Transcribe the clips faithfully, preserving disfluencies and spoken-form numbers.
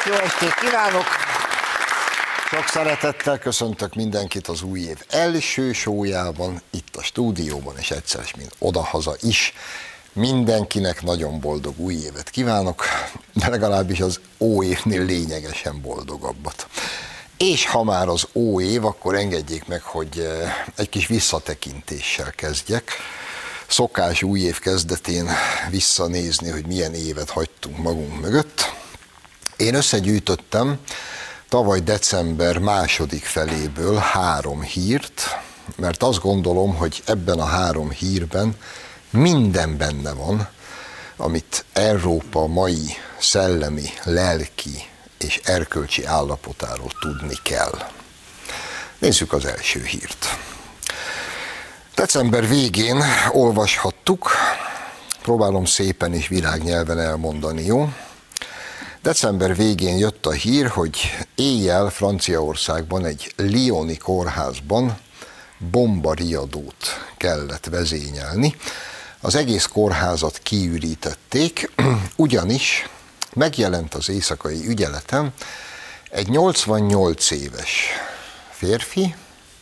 Szép jó estét kívánok! Sok szeretettel köszöntök mindenkit az új év első show-jában, itt a stúdióban, és egyszer, mint odahaza is. Mindenkinek nagyon boldog új évet kívánok, de legalábbis az óévnél lényegesen boldogabbat. És ha már az óév, akkor engedjék meg, hogy egy kis visszatekintéssel kezdjek. Szokás új év kezdetén visszanézni, hogy milyen évet hagytunk magunk mögött. Én összegyűjtöttem tavaly december második feléből három hírt, mert azt gondolom, hogy ebben a három hírben minden benne van, amit Európa mai szellemi, lelki és erkölcsi állapotáról tudni kell. Nézzük az első hírt. December végén olvashattuk, próbálom szépen és virágnyelven elmondani, jó? December végén jött a hír, hogy éjjel Franciaországban egy lyoni kórházban bombariadót kellett vezényelni. Az egész kórházat kiürítették, ugyanis megjelent az éjszakai ügyeleten egy nyolcvannyolc éves férfi,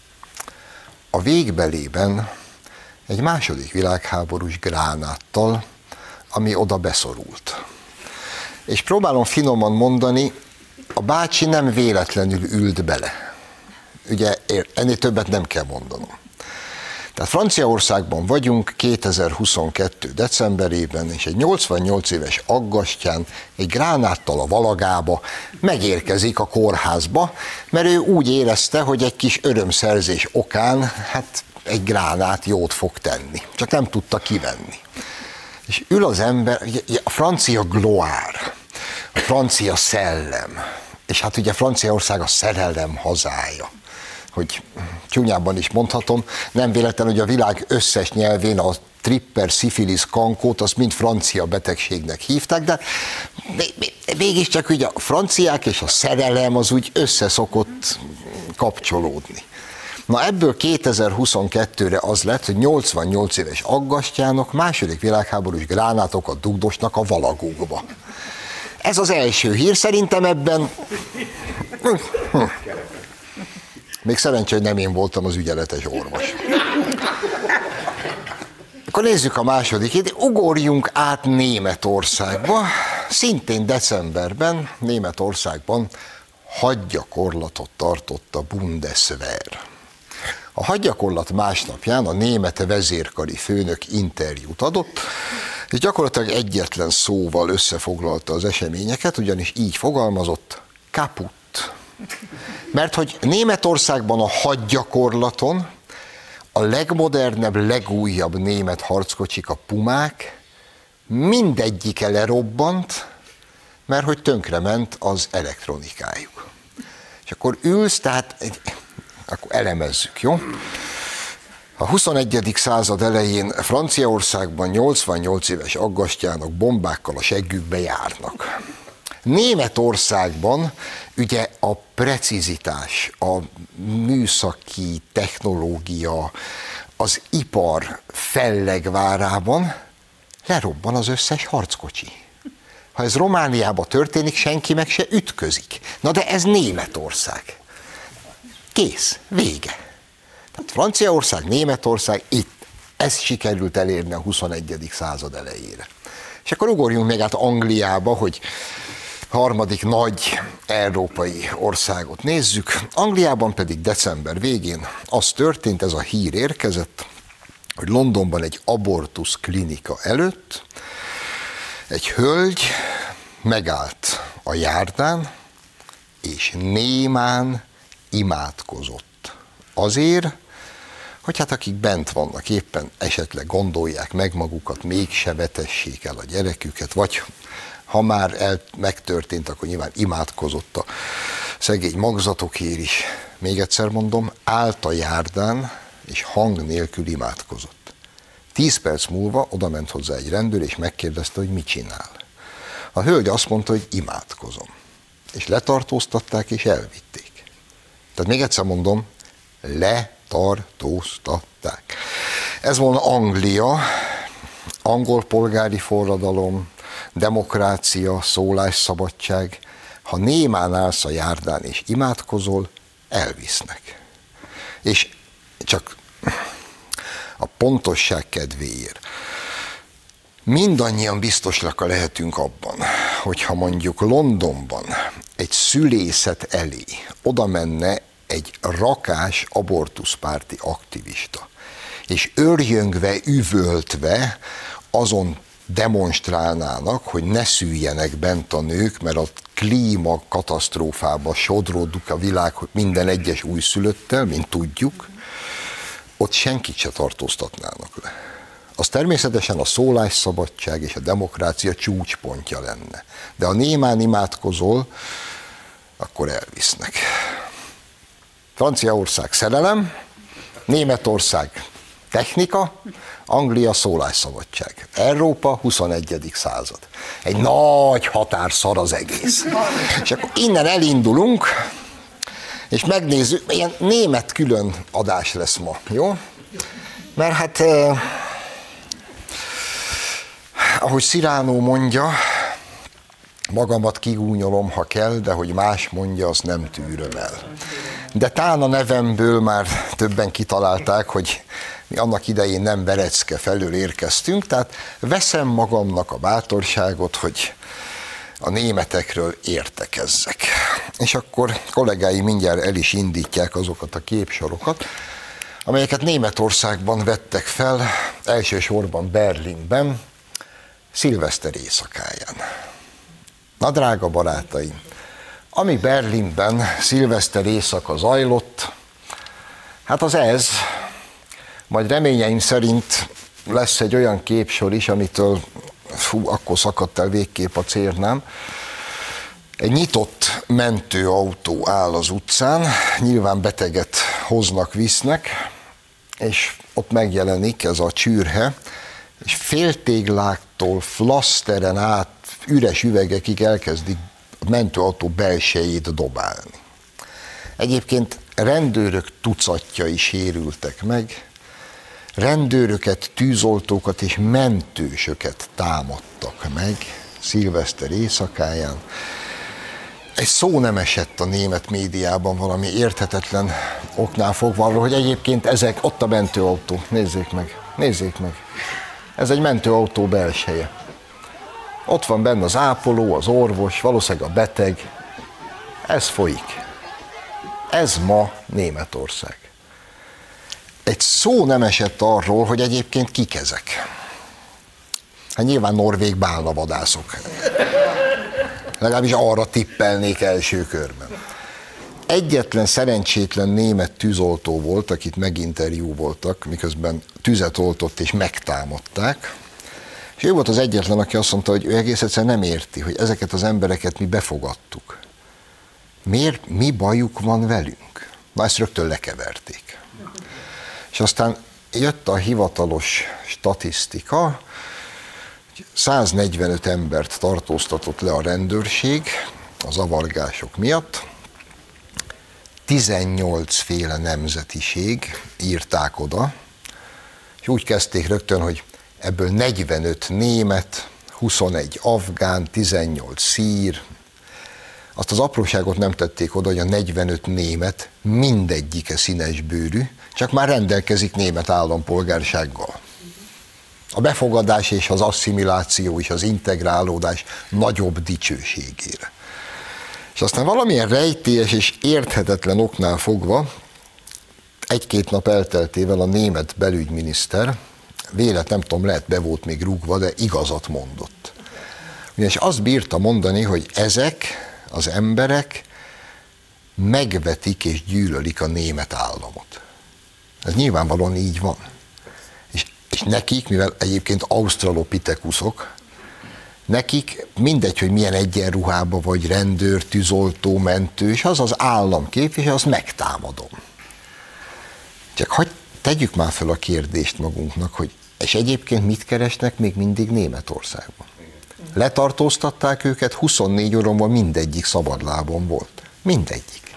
a végbelében egy második világháborús gránáttal, ami oda beszorult. És próbálom finoman mondani, a bácsi nem véletlenül ült bele. Ugye ennél többet nem kell mondanom. Tehát Franciaországban vagyunk kétezer-huszonkettő decemberében, és egy nyolcvannyolc éves aggastyán egy gránáttal a valagába megérkezik a kórházba, mert ő úgy érezte, hogy egy kis örömszerzés okán hát egy gránát jót fog tenni. Csak nem tudta kivenni. És ül az ember, a francia gloire, a francia szellem, és hát ugye Franciaország a szerelem hazája, hogy csúnyában is mondhatom, nem véletlen, hogy a világ összes nyelvén a tripper, szifilisz, kankót, azt mind francia betegségnek hívták, de mégiscsak ugye a franciák és a szerelem az úgy összeszokott kapcsolódni. Na ebből kétezer-huszonkettőre az lett, hogy nyolcvannyolc éves aggastyának második világháborús gránátokat dugdosnak a valagókba. Ez az első hír, szerintem ebben... Még szerencsé, hogy nem én voltam az ügyeletes orvos. Akkor nézzük a második hírt, ugorjunk át Németországba. Szintén decemberben Németországban hadgyakorlatot tartott a Bundeswehr. A hadgyakorlat másnapján a német vezérkari főnök interjút adott, és gyakorlatilag egyetlen szóval összefoglalta az eseményeket, ugyanis így fogalmazott: kaput. Mert hogy Németországban a hadgyakorlaton a legmodernebb, legújabb német harckocsik, a Pumák, mindegyike lerobbant, mert hogy tönkrement az elektronikájuk. És akkor ülsz, tehát akkor elemezzük, jó? A huszonegyedik század elején Franciaországban nyolcvannyolc éves aggastyának bombákkal a seggükbe járnak. Németországban ugye a precizitás, a műszaki technológia, az ipar fellegvárában lerobban az összes harckocsi. Ha ez Romániában történik, senki meg se ütközik. Na de ez Németország. Kész, vége. Tehát Franciaország, Németország, itt ezt sikerült elérni a huszonegyedik század elejére. És akkor ugorjunk még át Angliába, hogy harmadik nagy európai országot nézzük. Angliában pedig december végén az történt, ez a hír érkezett, hogy Londonban egy abortusz klinika előtt egy hölgy megállt a járdán, és némán imádkozott. Azért, hogy hát akik bent vannak éppen esetleg gondolják meg magukat, mégse vetessék el a gyereküket, vagy ha már el, megtörtént, akkor nyilván imádkozott a szegény magzatokért is. Még egyszer mondom, állt a járdán, és hang nélkül imádkozott. Tíz perc múlva odament hozzá egy rendőr, és megkérdezte, hogy mit csinál. A hölgy azt mondta, hogy imádkozom. És letartóztatták, és elvitték. Tehát még egyszer mondom, letartóztatták. Ez volna Anglia, angol polgári forradalom, demokrácia, szólásszabadság. ha némán állsz a járdán és imádkozol, elvisznek. És csak a pontosság kedvéért. Mindannyian biztosak lehetünk abban, hogyha mondjuk Londonban egy szülészet elé oda menne egy rakás abortuszpárti aktivista, és örjöngve, üvöltve azon demonstrálnának, hogy ne szüljenek bent a nők, mert a klíma katasztrófába sodródik a világ minden egyes újszülöttel, mint tudjuk, ott senkit se tartóztatnának le. Az természetesen a szólásszabadság és a demokrácia csúcspontja lenne. De ha némán imádkozol, akkor elvisznek. Franciaország szerelem, Németország technika, Anglia szólásszabadság. Európa huszonegyedik század. Egy nagy határszar az egész. És akkor innen elindulunk, és megnézzük, ilyen német külön adás lesz ma, jó? Mert hát, eh, ahogy Cyrano mondja, magamat kigúnyolom, ha kell, de hogy más mondja, azt nem tűröm el. De tán a nevemből már többen kitalálták, hogy mi annak idején nem Verecke felől érkeztünk, tehát veszem magamnak a bátorságot, hogy a németekről értekezzek. És akkor kollégáim mindjárt el is indítják azokat a képsorokat, amelyeket Németországban vettek fel, elsősorban Berlinben, szilveszter éjszakáján. Na drága barátaim, ami Berlinben szilveszter éjszaka zajlott, hát az ez, majd reményeim szerint lesz egy olyan képsor is, amitől fú, akkor szakadt el végképp a cérnám. Egy nyitott mentőautó áll az utcán, nyilván beteget hoznak, visznek, és ott megjelenik ez a csürhe, és féltégláktól flaszteren át üres üvegekig elkezdik a mentőautó belsejét dobálni. Egyébként rendőrök tucatjai sérültek meg, rendőröket, tűzoltókat és mentősöket támadtak meg szilveszter éjszakáján. Egy szó nem esett a német médiában valami érthetetlen oknál fogva arról, hogy egyébként ezek, ott a mentőautó, nézzék meg, nézzék meg. Ez egy mentőautó belseje. Ott van benne az ápoló, az orvos, valószínűleg a beteg. Ez folyik. Ez ma Németország. Egy szó nem esett arról, hogy egyébként kik ezek. Hát nyilván norvég bálnavadászok. Legalábbis arra tippelnék első körben. Egyetlen szerencsétlen német tűzoltó volt, akit meginterjú voltak, miközben tüzet oltott és megtámadták. És ő volt az egyetlen, aki azt mondta, hogy ő egész egyszerűen nem érti, hogy ezeket az embereket mi befogadtuk. Miért, mi bajuk van velünk? Na ezt rögtön lekeverték. És aztán jött a hivatalos statisztika, száznegyvenöt embert tartóztatott le a rendőrség a zavargások miatt, tizennyolc féle nemzetiség írták oda, és úgy kezdték rögtön, hogy ebből negyvenöt német, huszonegy afgán, tizennyolc szír. Azt az apróságot nem tették oda, hogy a negyvenöt német mindegyike színesbőrű, csak már rendelkezik német állampolgársággal. A befogadás és az asszimiláció és az integrálódás nagyobb dicsőségére. És aztán valamilyen rejtélyes és érthetetlen oknál fogva egy-két nap elteltével a német belügyminiszter, vélet nem tudom, lehet be volt még rúgva, de igazat mondott. Ugyanis azt bírta mondani, hogy ezek az emberek megvetik és gyűlölik a német államot. Ez nyilvánvalóan így van. És, és nekik, mivel egyébként ausztralopithekuszok, nekik mindegy, hogy milyen egyenruhába vagy rendőr, tűzoltó, mentő, és az az állam képviselő, azt megtámadom. Csak hagy, tegyük már fel a kérdést magunknak, hogy és egyébként mit keresnek még mindig Németországban? Letartóztatták őket, huszonnégy órában mindegyik szabadlábon volt. Mindegyik.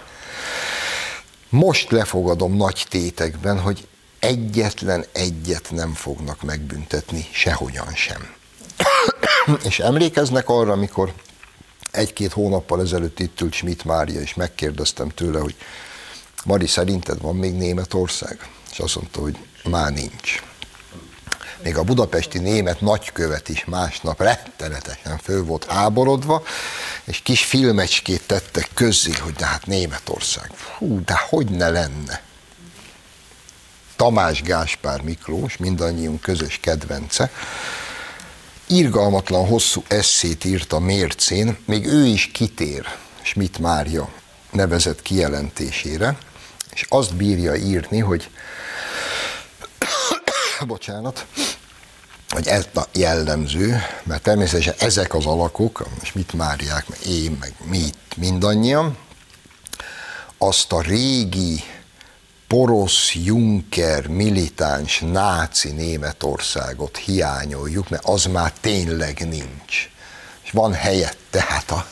Most lefogadom nagy tétekben, hogy egyetlen egyet nem fognak megbüntetni, sehogyan sem. És emlékeznek arra, amikor egy-két hónappal ezelőtt itt ült Schmidt Mária, és megkérdeztem tőle, hogy Mari, szerinted van még Németország? És azt mondta, hogy már nincs. Még a budapesti német nagykövet is másnap rettenetesen föl volt háborodva, és kis filmecskét tettek közzé, hogy de hát Németország. Hú, de hogy ne lenne? Tamás Gáspár Miklós, mindannyiunk közös kedvence, irgalmatlan hosszú esszét írt a Mércén, még ő is kitér Schmidt Mária nevezett kijelentésére, és azt bírja írni, hogy bocsánat, hogy ez a jellemző, mert természetesen ezek az alakok, Schmidt Máriák, meg én, meg mi itt mindannyian, azt a régi porosz, junker, militáns, náci Németországot hiányoljuk, mert az már tényleg nincs. És van helyette, hát a...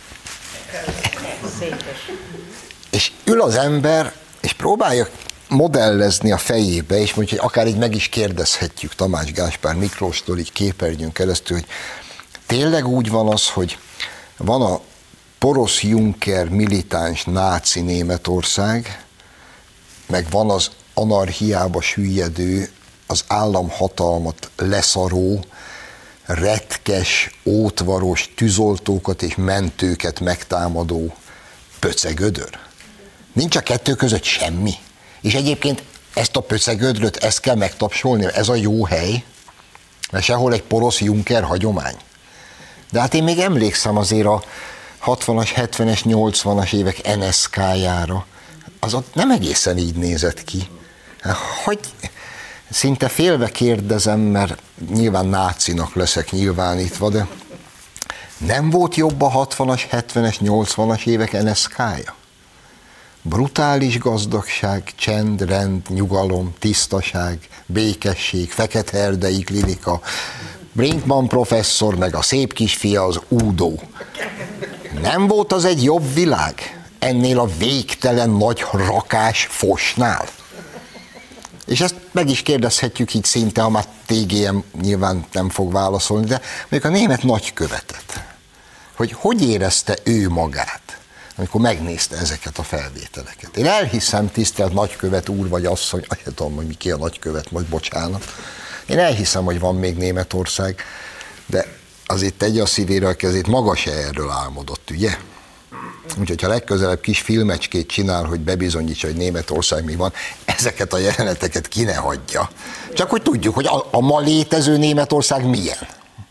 És ül az ember, és próbálja modellezni a fejébe, és mondja, hogy akár így meg is kérdezhetjük Tamás Gáspár Miklóstól így képernyőn keresztül, hogy tényleg úgy van az, hogy van a porosz, junker, militáns, náci Németország, meg van az anarchiába süllyedő, az államhatalmat leszaró, retkes, ótvaros, tűzoltókat és mentőket megtámadó pöcegödör. Nincs a kettő között semmi. És egyébként ezt a pöcegödröt, ezt kell megtapsolni, ez a jó hely, mert sehol egy porosz junker hagyomány. De hát én még emlékszem azért a hatvanas, hetvenes, nyolcvanas évek en es ká-jára. Az ott nem egészen így nézett ki. Hogy szinte félve kérdezem, mert nyilván nácinak leszek nyilvánítva, de nem volt jobb a hatvanas, hetvenes, nyolcvanas évek en es ká-ja? Brutális gazdagság, csend, rend, nyugalom, tisztaság, békesség, fekete erdei klinika, Brinkmann professzor, meg a szép kisfia, az Udo. Nem volt az egy jobb világ ennél a végtelen nagy rakás fosnál? És ezt meg is kérdezhetjük így szinte, ha már té gé em nyilván nem fog válaszolni, de még a német nagykövetet, hogy hogy érezte ő magát, amikor megnézte ezeket a felvételeket. Én elhiszem, tisztelt nagykövet úr vagy asszony, azt nem tudom, hogy mi ki a nagykövet, majd bocsánat. Én elhiszem, hogy van még Németország, de azért tegye a szívére a kezét, maga se erről álmodott, ugye? Úgyhogy ha legközelebb kis filmecskét csinál, hogy bebizonyítsa, hogy Németország mi van, ezeket a jeleneteket ki ne hagyja. Csak hogy tudjuk, hogy a, a ma létező Németország milyen.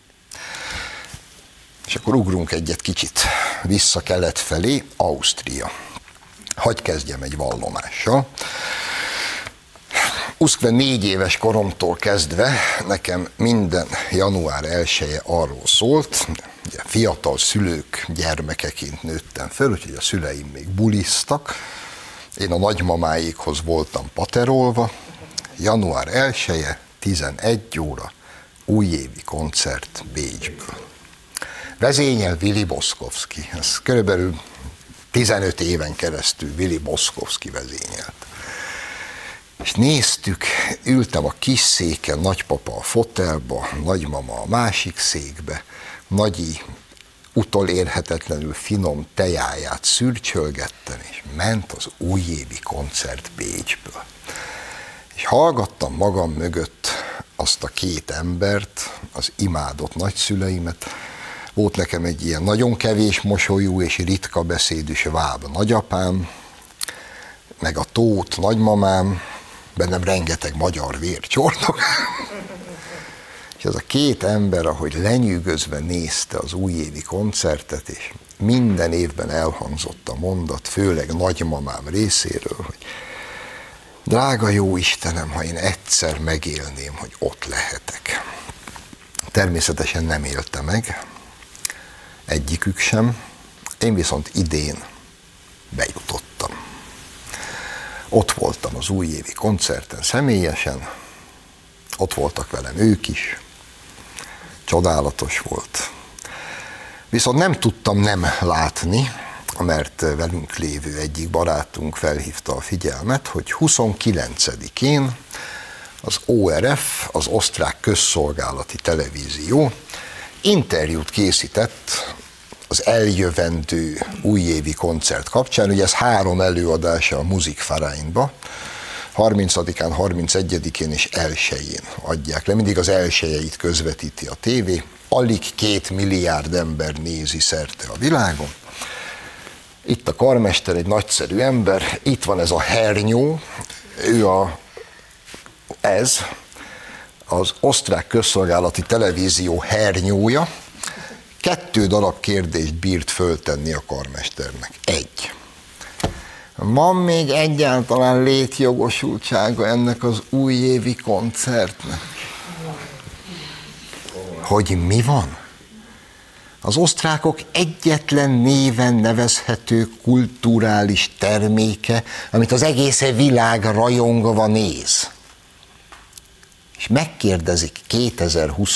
És akkor ugrunk egyet kicsit vissza kelet felé, Ausztria. Hagy kezdjem egy vallomással. Uszkve négy éves koromtól kezdve nekem minden január elseje arról szólt, ugye fiatal szülők gyermekeként nőttem föl, úgyhogy a szüleim még buliztak, én a nagymamáikhoz voltam paterolva, január elseje, tizenegy óra, újévi koncert Bécsből. Vezényel Willy Boszkowski, ez körülbelül tizenöt éven keresztül Willy Boszkowski vezényelt. És néztük, ültem a kis széken, nagypapa a fotelba, nagymama a másik székbe, nagyi utolérhetetlenül finom tejáját szürcsölgettem, és ment az újévi koncert Bécsből. És hallgattam magam mögött azt a két embert, az imádott nagyszüleimet. Volt nekem egy ilyen nagyon kevés mosolyú és ritka beszédűs váb nagyapám, meg a Tóth nagymamám, bennem rengeteg magyar vér csordog. És ez a két ember, ahogy lenyűgözve nézte az újévi koncertet, és minden évben elhangzott a mondat, főleg nagymamám részéről, hogy drága jó Istenem, ha én egyszer megélném, hogy ott lehetek. Természetesen nem élte meg, egyikük sem, én viszont idén bejutottam. Ott voltam az újévi koncerten személyesen, ott voltak velem ők is, csodálatos volt. Viszont nem tudtam nem látni, mert velünk lévő egyik barátunk felhívta a figyelmet, hogy huszonkilencedikén az o er ef, az Osztrák Közszolgálati Televízió interjút készített az eljövendő újévi koncert kapcsán. Ugye ez három előadása a Musikvereinba, harmincadikán, harmincegyedikén és elsején adják le. Mindig az elsejeit közvetíti a tévé. Alig két milliárd ember nézi szerte a világon. Itt a karmester, egy nagyszerű ember, itt van ez a hernyó, ő a, ez az osztrák közszolgálati televízió hernyója. Kettő darab kérdést bírt föltenni a karmesternek. Egy. Van még egyáltalán létjogosultsága ennek az újévi koncertnek? Hogy mi van? Az osztrákok egyetlen néven nevezhető kulturális terméke, amit az egész világ rajongva néz. És megkérdezik kétezer-húsz,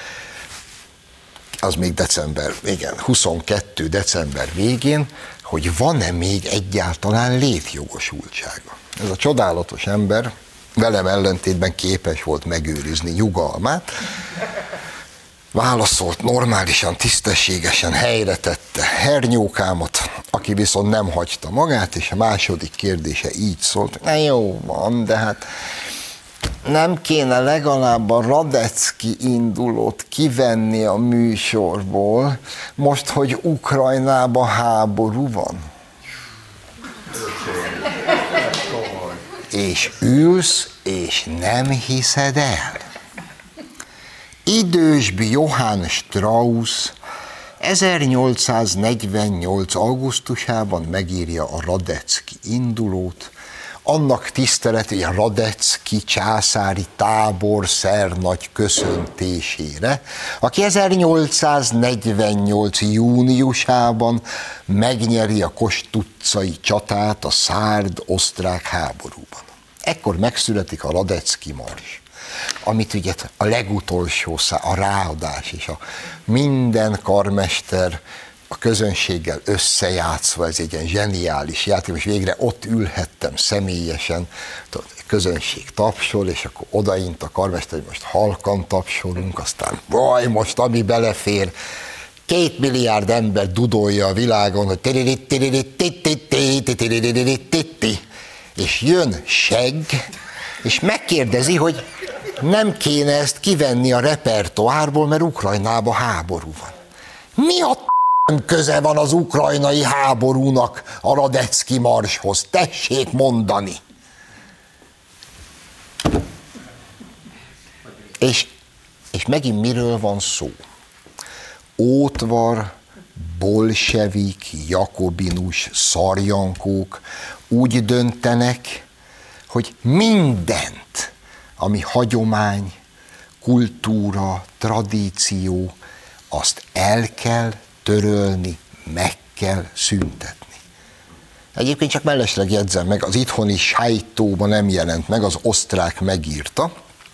az még december, igen, huszonkettő december végén, hogy van-e még egyáltalán létjogosultsága. Ez a csodálatos ember velem ellentétben képes volt megőrizni nyugalmát, válaszolt normálisan, tisztességesen, helyre tette hernyókámat, aki viszont nem hagyta magát, és a második kérdése így szólt, na jó van, de hát nem kéne legalább a Radecki indulót kivenni a műsorból, most, hogy Ukrajnában háború van. És ülsz, és nem hiszed el. Idősbb Johann Strauss ezernyolcszáznegyvennyolc. augusztusában megírja a Radecki indulót, annak tiszteletére, a Radecki császári táborszernagy köszöntésére, aki ezernyolcszáznegyvennyolc. júniusában megnyeri a Kossuth-utcai csatát a szárd-osztrák háborúban. Ekkor megszületik a Radecki mars, amit ugye a legutolsó szá, a ráadás és a minden karmester a közönséggel összejátszva, ez egy ilyen zseniális játék, és végre ott ülhettem személyesen, a közönség tapsol, és akkor odaint a karmester, hogy most halkan tapsolunk, aztán vaj, most ami belefér, két milliárd ember dudolja a világon, hogy és jön segg, és megkérdezi, hogy nem kéne ezt kivenni a repertoárból, mert Ukrajnában háború van. Mi a köze van az ukrajnai háborúnak a Radecki marshoz? Tessék mondani! És, és megint miről van szó? Ótvar, bolsevik, jakobinus, szarjankók úgy döntenek, hogy mindent, ami hagyomány, kultúra, tradíció, azt el kell törölni, meg kell szüntetni. Egyébként csak mellesleg jegyzem meg, az itthoni sajtóban nem jelent meg, az osztrák megírta,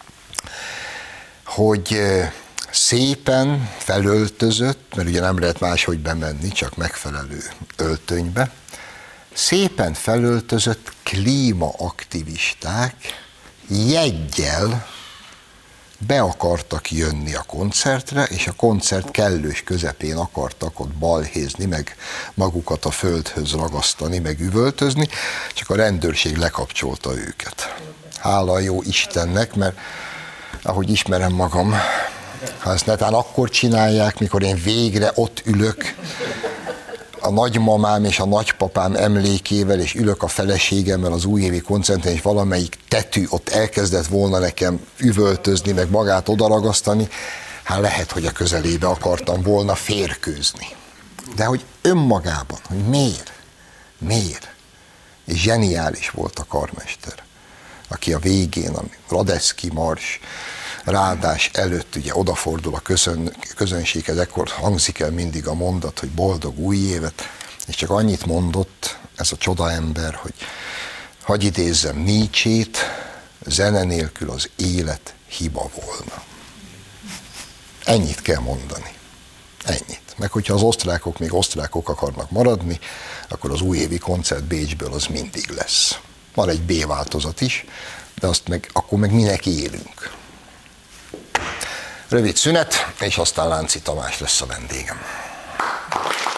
hogy szépen felöltözött, mert ugye nem lehet máshogy bemenni, csak megfelelő öltönybe, szépen felöltözött klímaaktivisták jeggyel be akartak jönni a koncertre, és a koncert kellős közepén akartak ott balhézni, meg magukat a földhöz ragasztani, meg üvöltözni, csak a rendőrség lekapcsolta őket. Hála a jó Istennek, mert ahogy ismerem magam, ha ezt netán akkor csinálják, mikor én végre ott ülök, a nagymamám és a nagypapám emlékével, és ülök a feleségemmel az újévi koncerten, és valamelyik tetű ott elkezdett volna nekem üvöltözni, meg magát odaragasztani, hát lehet, hogy a közelébe akartam volna férkőzni. De hogy önmagában, hogy miért, miért, és zseniális volt a karmester, aki a végén, a Radecki mars ráadás előtt ugye odafordul a közön, közönséghez, ekkor hangzik el mindig a mondat, hogy boldog új évet, és csak annyit mondott ez a csodaember, hogy hadd idézzem Nietzsét, zene nélkül az élet hiba volna. Ennyit kell mondani. Ennyit. Meg hogyha az osztrákok még osztrákok akarnak maradni, akkor az újévi koncert Bécsből az mindig lesz. Van egy B változat is, de azt meg, akkor meg minek élünk. Rövid szünet, és aztán Lánci Tamás lesz a vendégem.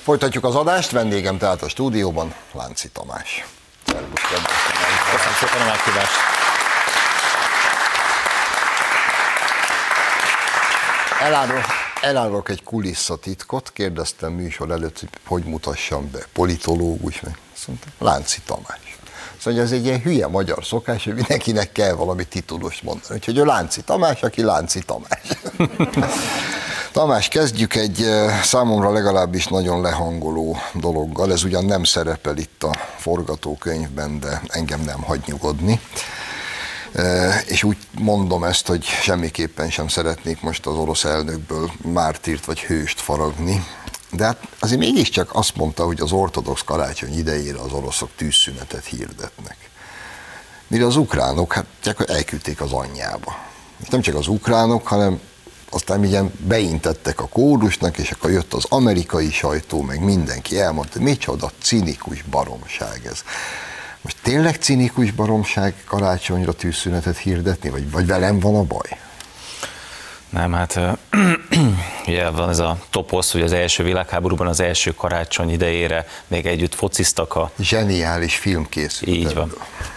Folytatjuk az adást, vendégem tehát a stúdióban Lánci Tamás. Szervusz, köszönöm szépen a meghívást. Elárulok, elárulok egy kulisszatitkot, kérdeztem műsor előtt, hogy hogy mutassam be, politológus, meg azt mondta, Lánci Tamás. Szóval ez egy ilyen hülye magyar szokás, hogy mindenkinek kell valami titulust mondani. Úgyhogy ő Lánci Tamás, aki Lánci Tamás. Tamás, kezdjük egy számomra legalábbis nagyon lehangoló dologgal. Ez ugyan nem szerepel itt a forgatókönyvben, de engem nem hagy nyugodni. És úgy mondom ezt, hogy semmiképpen sem szeretnék most az orosz elnökből mártírt vagy hőst faragni. De hát azért mégiscsak azt mondta, hogy az ortodox karácsony idejére az oroszok tűzszünetet hirdetnek. Mire az ukránok, hát csak elküldték az anyjába. És nem csak az ukránok, hanem aztán ilyen beintettek a kórusnak, és akkor jött az amerikai sajtó, meg mindenki elmondta, micsoda cinikus baromság ez. Most tényleg cinikus baromság karácsonyra tűzszünetet hirdetni, vagy, vagy velem van a baj? Nem, hát ugye van ez a toposz, hogy az első világháborúban az első karácsony idejére még együtt fociztak a... Zseniális film készült. Így van.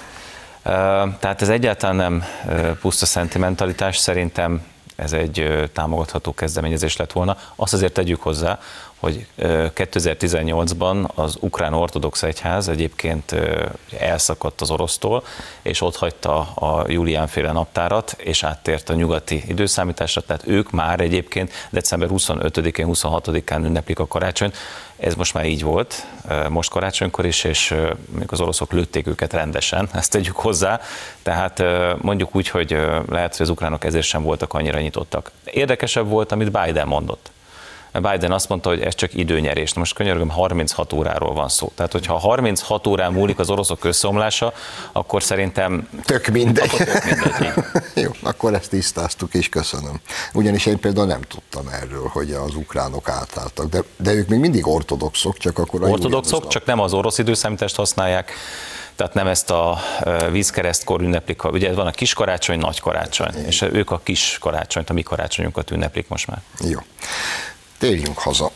Tehát ez egyáltalán nem puszta szentimentalitás, szerintem ez egy támogatható kezdeményezés lett volna. Azt azért tegyük hozzá, hogy kétezer-tizennyolcban az ukrán ortodox egyház egyébként elszakadt az orosztól, és ott hagyta a Julián-féle naptárat, és áttért a nyugati időszámításra, tehát ők már egyébként december huszonötödikén, huszonhatodikán ünneplik a karácsonyt. Ez most már így volt, most karácsonykor is, és még az oroszok lőtték őket rendesen, ezt tegyük hozzá, tehát mondjuk úgy, hogy lehet, hogy az ukránok ezért sem voltak annyira nyitottak. Érdekesebb volt, amit Biden mondott. Biden azt mondta, hogy ez csak időnyerés. Most könyörgöm, harminchat óráról van szó. Tehát, hogyha harminchat órán múlik az oroszok összeomlása, akkor szerintem... Tök mindegy. Akkor tök mindegy. Jó, akkor ezt tisztáztuk, és köszönöm. Ugyanis én például nem tudtam erről, hogy az ukránok átálltak, de, de ők még mindig ortodoxok, csak akkor... Ortodoxok, csak nem az orosz időszámítást használják, tehát nem ezt a vízkeresztkor ünneplik, ugye van a kis karácsony, nagy karácsony, és ők a kis karácsonyt, a mi karácsonyunkat ünneplik most már. Jó. Térjünk haza,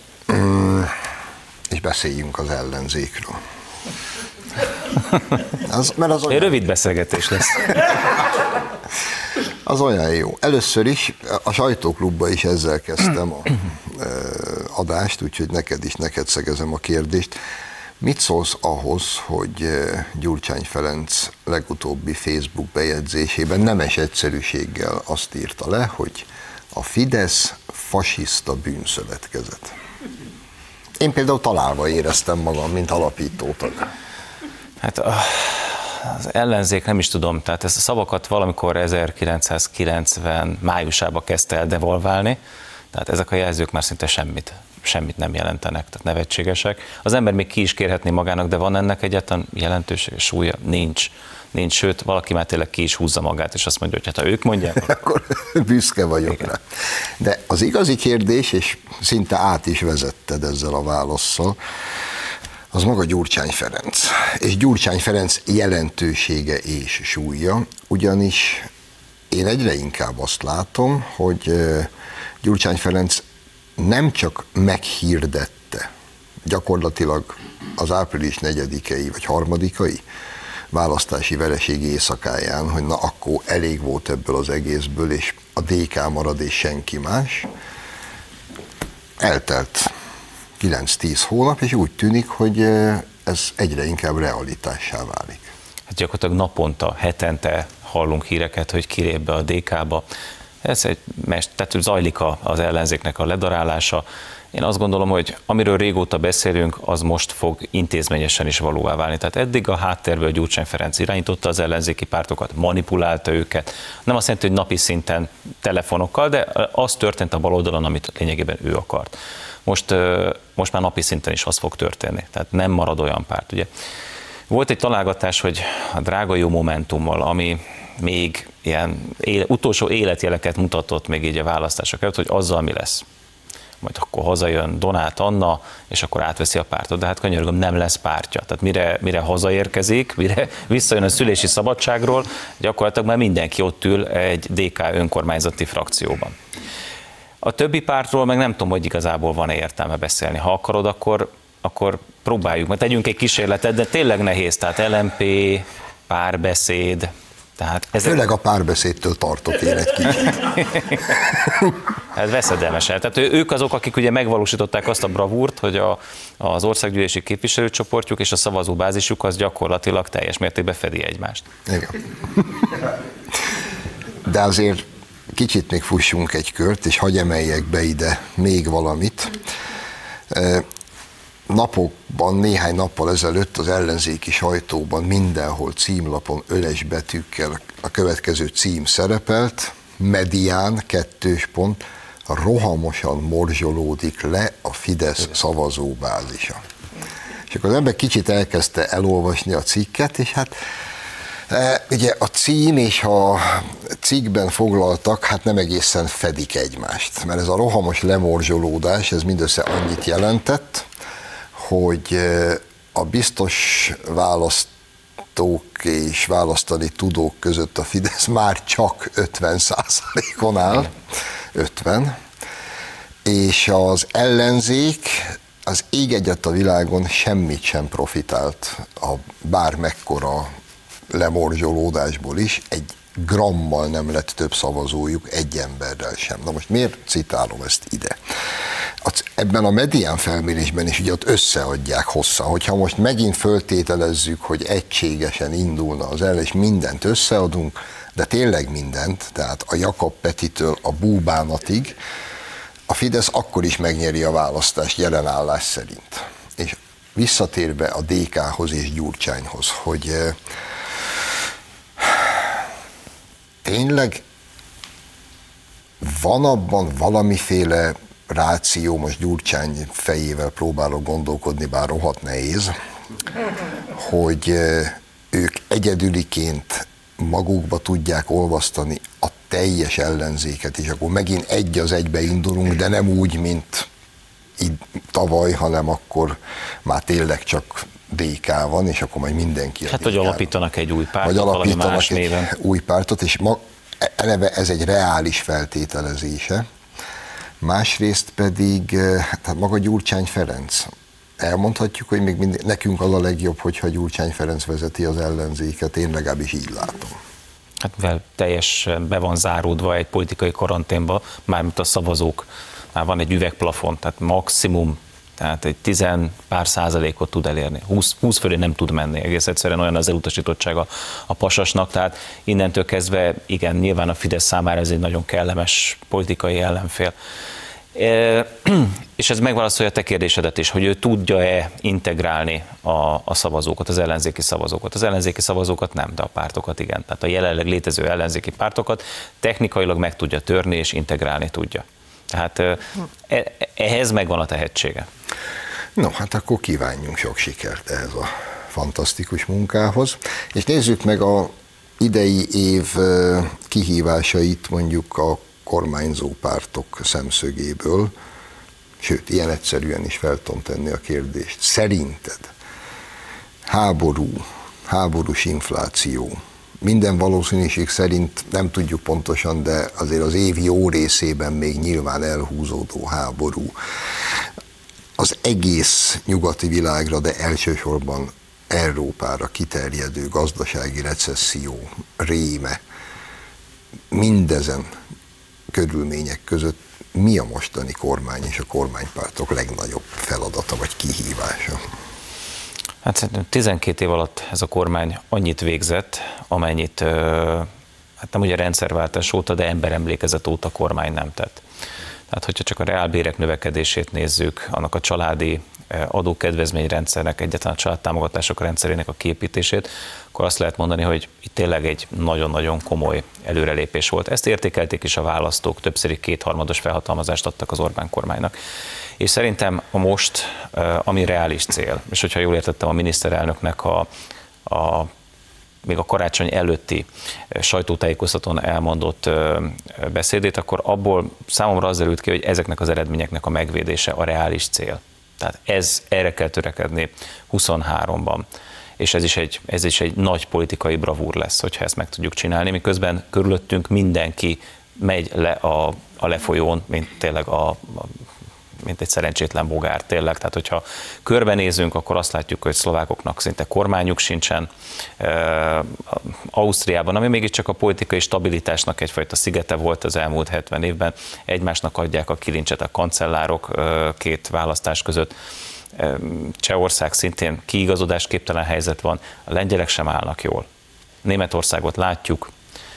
és beszéljünk az ellenzékről. Az, mert az olyan... Egy rövid beszélgetés lesz. Az olyan jó. Először is a sajtóklubban is ezzel kezdtem a adást, úgyhogy neked is, neked szegezem a kérdést. Mit szólsz ahhoz, hogy Gyurcsány Ferenc legutóbbi Facebook bejegyzésében nemes egyszerűséggel azt írta le, hogy a Fidesz fasiszta bűnszövetkezet. Én például találva éreztem magam, mint alapítótag. Hát az ellenzék nem is tudom, tehát ezt a szavakat valamikor ezerkilencszázkilencven májusában kezdte el devalválni, tehát ezek a jelzők már szinte semmit, semmit nem jelentenek, tehát nevetségesek. Az ember még ki is kérhetné magának, de van ennek egyáltalán jelentősége, súlya? Nincs. Nincs, sőt, valaki már tényleg ki is húzza magát, és azt mondja, hogy hát ha ők mondják, akkor büszke vagyok igen. rá. De az igazi kérdés, és szinte át is vezetted ezzel a válasszal, az maga Gyurcsány Ferenc. És Gyurcsány Ferenc jelentősége és súlya, ugyanis én egyre inkább azt látom, hogy Gyurcsány Ferenc nem csak meghirdette gyakorlatilag az április negyedikei vagy harmadikai választási vereség éjszakáján, hogy na akkor elég volt ebből az egészből, és a dé ká marad, és senki más. Eltelt kilenc-tíz hónap, és úgy tűnik, hogy ez egyre inkább realitássá válik. Hát gyakorlatilag naponta, hetente hallunk híreket, hogy kilép be a dé ká-ba. Ez egy mest, tehát zajlik az ellenzéknek a ledarálása. Én azt gondolom, hogy amiről régóta beszélünk, az most fog intézményesen is valóvá válni. Tehát eddig a háttérből Gyurcsány Ferenc irányította az ellenzéki pártokat, manipulálta őket. Nem azt jelenti, hogy napi szinten telefonokkal, de az történt a baloldalon, amit lényegében ő akart. Most, most már napi szinten is az fog történni. Tehát nem marad olyan párt. Ugye? Volt egy találgatás, hogy a drága jó Momentummal, ami még ilyen éle, utolsó életjeleket mutatott még így a választások előtt, hogy azzal mi lesz. Majd akkor hazajön Donát Anna, és akkor átveszi a pártot, de hát könyörgöm, nem lesz pártja. Tehát mire, mire hazaérkezik, mire visszajön a szülési szabadságról, gyakorlatilag már mindenki ott ül egy dé ká önkormányzati frakcióban. A többi pártról meg nem tudom, hogy igazából van-e értelme beszélni. Ha akarod, akkor, akkor próbáljuk, mert tegyünk egy kísérletet, de tényleg nehéz. Tehát el em pé, Párbeszéd, tehát ezek... Főleg a Párbeszédtől tartok én egy kicsit. Hát veszedelmesen. Tehát ők azok, akik ugye megvalósították azt a bravúrt, hogy a, az országgyűlési képviselőcsoportjuk és a szavazóbázisuk az gyakorlatilag teljes mértékben fedi egymást. Igen. De azért kicsit még fussunk egy kört, és hagyj emeljek be ide még valamit. Napokban, néhány nappal ezelőtt az ellenzéki sajtóban mindenhol címlapon öles betűkkel a következő cím szerepelt: Medián, kettős pont, rohamosan morzsolódik le a Fidesz szavazóbázisa. És akkor az ember kicsit elkezdte elolvasni a cikket, és hát e, ugye a cím és a cikkben foglaltak, hát nem egészen fedik egymást, mert ez a rohamos lemorzsolódás, ez mindössze annyit jelentett, hogy a biztos választók és választani tudók között a Fidesz már csak ötven százalékon áll, ötven, és az ellenzék az ég egyet a világon semmit sem profitált a bármekkora lemorzsolódásból is, egy grammal nem lett több szavazójuk, egy emberrel sem. Na most miért citálom ezt ide? Ebben a medián felmérésben is ugye ott összeadják hosszan, hogyha most megint föltételezzük, hogy egységesen indulna az ellen, és mindent összeadunk, de tényleg mindent, tehát a Jakab Petitől a búbánatig, a Fidesz akkor is megnyeri a választást jelen állás szerint. És visszatérve a dé ká-hoz és Gyurcsányhoz, hogy tényleg van abban valamiféle ráció, most Gyurcsány fejével próbálok gondolkodni, bár rohadt nehéz, hogy ők egyedüliként magukba tudják olvasztani a teljes ellenzéket, és akkor megint egy az egybe indulunk, de nem úgy, mint így tavaly, hanem akkor már tényleg csak dé ká van, és akkor majd mindenki a Hát, hogy alapítanak egy új pártot, vagy valami más egy néven. új pártot, és ma, eleve ez egy reális feltételezése. Másrészt pedig, hát maga Gyurcsány Ferenc. Elmondhatjuk, hogy még mindig, nekünk az a legjobb, hogyha Gyurcsány Ferenc vezeti az ellenzéket, én legalábbis így látom. Hát mivel teljesen be van záródva egy politikai karanténba, mármint a szavazók, már van egy üvegplafon, tehát maximum, tehát egy tizen pár százalékot tud elérni. húsz, húsz fölé nem tud menni, egész egyszerűen olyan az elutasítottsága a pasasnak, tehát innentől kezdve, igen, nyilván a Fidesz számára ez egy nagyon kellemes politikai ellenfél. E, és ez megválaszolja a te kérdésedet is, hogy ő tudja-e integrálni a, a szavazókat, az ellenzéki szavazókat. Az ellenzéki szavazókat nem, de a pártokat igen. Tehát a jelenleg létező ellenzéki pártokat technikailag meg tudja törni és integrálni tudja. Tehát ehhez megvan a tehetsége. No, hát akkor kívánjunk sok sikert ehhez a fantasztikus munkához. És nézzük meg a idei év kihívásait mondjuk a kormányzó pártok szemszögéből, sőt, ilyen egyszerűen is fel tudom tenni a kérdést. Szerinted háború, háborús infláció, minden valószínűség szerint nem tudjuk pontosan, de azért az év jó részében még nyilván elhúzódó háború, az egész nyugati világra, de elsősorban Európára kiterjedő gazdasági recesszió réme, mindezen körülmények között mi a mostani kormány és a kormánypártok legnagyobb feladata vagy kihívása? Hát szerintem tizenkét év alatt ez a kormány annyit végzett, amennyit, hát nem ugye rendszerváltás óta, de emberemlékezet óta a kormány nem tett. Tehát, hogyha csak a reálbérek növekedését nézzük, annak a családi adókedvezményrendszernek, egyáltalán a családtámogatások rendszerének a kiépítését, akkor azt lehet mondani, hogy itt tényleg egy nagyon-nagyon komoly előrelépés volt. Ezt értékelték is a választók, többszöri kétharmados felhatalmazást adtak az Orbán kormánynak. És szerintem a most, ami reális cél, és hogyha jól értettem a miniszterelnöknek a, a még a karácsony előtti sajtótájékoztatón elmondott beszédét, akkor abból számomra az derült ki, hogy ezeknek az eredményeknek a megvédése a reális cél. Tehát ez, erre kell törekedni huszonháromban. És ez is, egy, ez is egy nagy politikai bravúr lesz, hogyha ezt meg tudjuk csinálni, miközben körülöttünk mindenki megy le a, a lefolyón, mint tényleg a, a mint egy szerencsétlen bogár tényleg. Tehát, hogyha körbenézünk, akkor azt látjuk, hogy szlovákoknak szinte kormányuk sincsen. Ausztriában, ami mégiscsak a politikai stabilitásnak egyfajta szigete volt az elmúlt hetven évben, egymásnak adják a kilincset a kancellárok két választás között. Csehország szintén kiigazodásképtelen helyzet van, a lengyelek sem állnak jól. Németországot látjuk,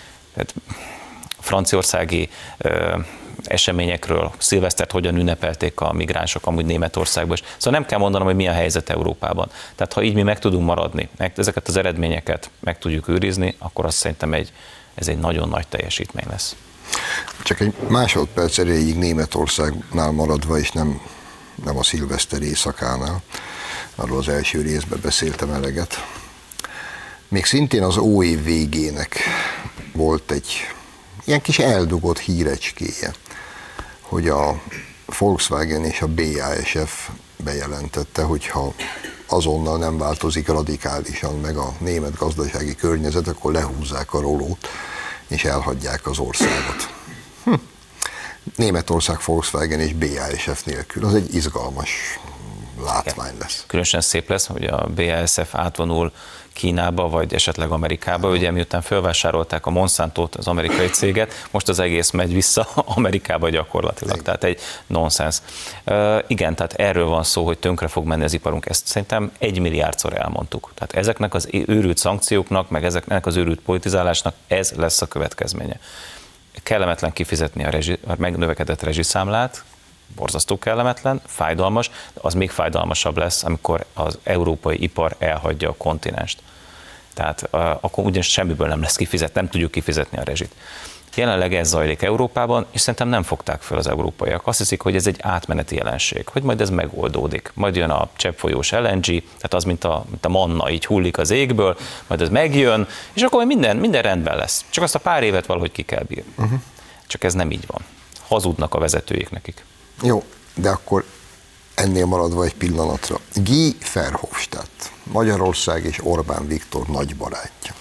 franciaországi eseményekről, szilvesztert hogyan ünnepelték a migránsok amúgy Németországban is. Szóval nem kell mondanom, hogy mi a helyzet Európában. Tehát ha így mi meg tudunk maradni, ezeket az eredményeket meg tudjuk őrizni, akkor azt szerintem egy, ez egy nagyon nagy teljesítmény lesz. Csak egy másodperc erejéig Németországnál maradva, és nem, nem a szilveszter éjszakánál, arról az első részben beszéltem eleget. Még szintén az óév végének volt egy ilyen kis eldugott hírecskéje, hogy a Volkswagen és a bé á es ef bejelentette, hogyha azonnal nem változik radikálisan meg a német gazdasági környezet, akkor lehúzzák a rolót, és elhagyják az országot. Hm. Németország Volkswagen és bé á es ef nélkül. Az egy izgalmas látvány lesz. Különösen szép lesz, hogy a bé á es ef átvonul Kínába, vagy esetleg Amerikába, ugye miután felvásárolták a Monsantót, az amerikai céget, most az egész megy vissza Amerikába gyakorlatilag, igen. Tehát egy nonsens. Uh, igen, tehát erről van szó, hogy tönkre fog menni az iparunk, ezt szerintem egy milliárdszor elmondtuk. Tehát ezeknek az őrült szankcióknak, meg ezeknek az őrült politizálásnak ez lesz a következménye. Kellemetlen kifizetni a, rezsi, a megnövekedett rezsiszámlát, borzasztó kellemetlen, fájdalmas, de az még fájdalmasabb lesz, amikor az európai ipar elhagyja a kontinenst. Tehát uh, akkor ugyanis semmiből nem lesz kifizetni, nem tudjuk kifizetni a rezsit. Jelenleg ez zajlik Európában, és szerintem nem fogták fel az európaiak. Azt hiszik, hogy ez egy átmeneti jelenség, hogy majd ez megoldódik. Majd jön a cseppfolyós el en gé, tehát az, mint a, mint a manna, így hullik az égből, majd ez megjön, és akkor minden, minden rendben lesz. Csak azt a pár évet valahogy ki kell bírni. Uh-huh. Csak ez nem így van. Hazudnak a vezetőik nekik. Jó, de akkor ennél maradva egy pillanatra. Guy Verhofstadt, Magyarország és Orbán Viktor nagy barátja.